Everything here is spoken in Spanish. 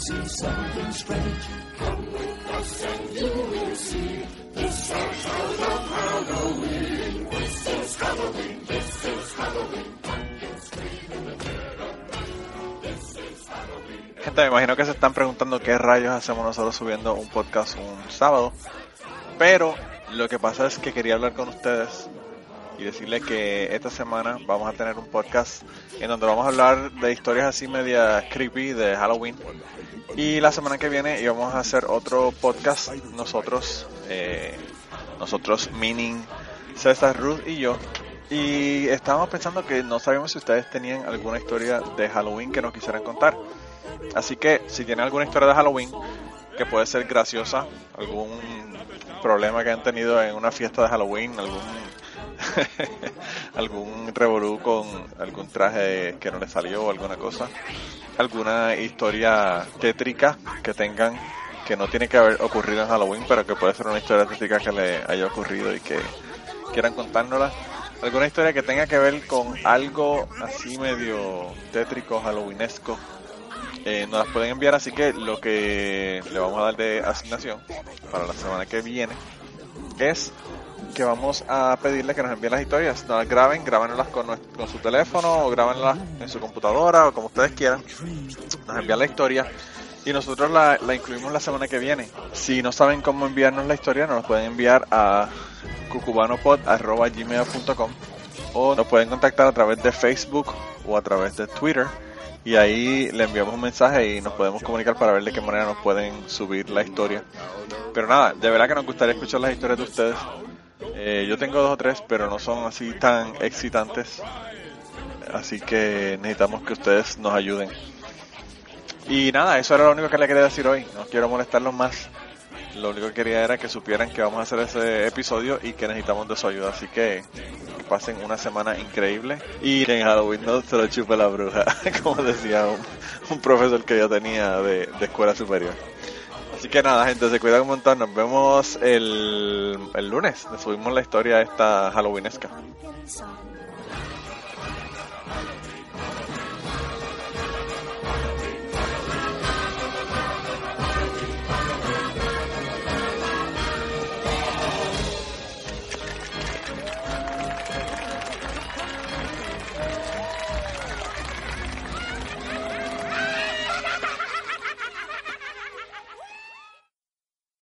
see something strange. Come with us and you will see. This our town of Halloween. This is Halloween. This is Halloween. Pumpkins scream in the dead of night. This is Halloween. Gente, me imagino que se están preguntando qué rayos hacemos nosotros subiendo un podcast un sábado. Pero lo que pasa es que quería hablar con ustedes y decirles que esta semana vamos a tener un podcast en donde vamos a hablar de historias así media creepy de Halloween. Y la semana que viene íbamos a hacer otro podcast nosotros meaning César, Ruth y yo. Y estábamos pensando que no sabíamos si ustedes tenían alguna historia de Halloween que nos quisieran contar. Así que si tienen alguna historia de Halloween que puede ser graciosa, algún problema que han tenido en una fiesta de Halloween, algún revolú con algún traje que no les salió o alguna cosa, alguna historia tétrica que tengan que no tiene que haber ocurrido en Halloween, pero que puede ser una historia tétrica que le haya ocurrido y que quieran contárnosla, alguna historia que tenga que ver con algo así medio tétrico, halloweenesco, nos las pueden enviar. Así que lo que le vamos a dar de asignación para la semana que viene es que vamos a pedirle que nos envíen las historias, nos las grábenlas con su teléfono o grábenlas en su computadora o como ustedes quieran, nos envían la historia y nosotros la incluimos la semana que viene. Si no saben cómo enviarnos la historia, nos la pueden enviar a cucubanopod@gmail.com o nos pueden contactar a través de Facebook o a través de Twitter y ahí le enviamos un mensaje y nos podemos comunicar para ver de qué manera nos pueden subir la historia. Pero nada, de verdad que nos gustaría escuchar las historias de ustedes. Yo tengo 2 o 3, pero no son así tan excitantes, así que necesitamos que ustedes nos ayuden. Y nada, eso era lo único que le quería decir hoy. No quiero molestarlos más. Lo único que quería era que supieran que vamos a hacer ese episodio y que necesitamos de su ayuda. Así que pasen una semana increíble y que en Halloween no se lo chupe la bruja, como decía un profesor que yo tenía de escuela superior. Así que nada, gente, se cuidan un montón. Nos vemos el lunes. Le subimos la historia esta halloweenesca.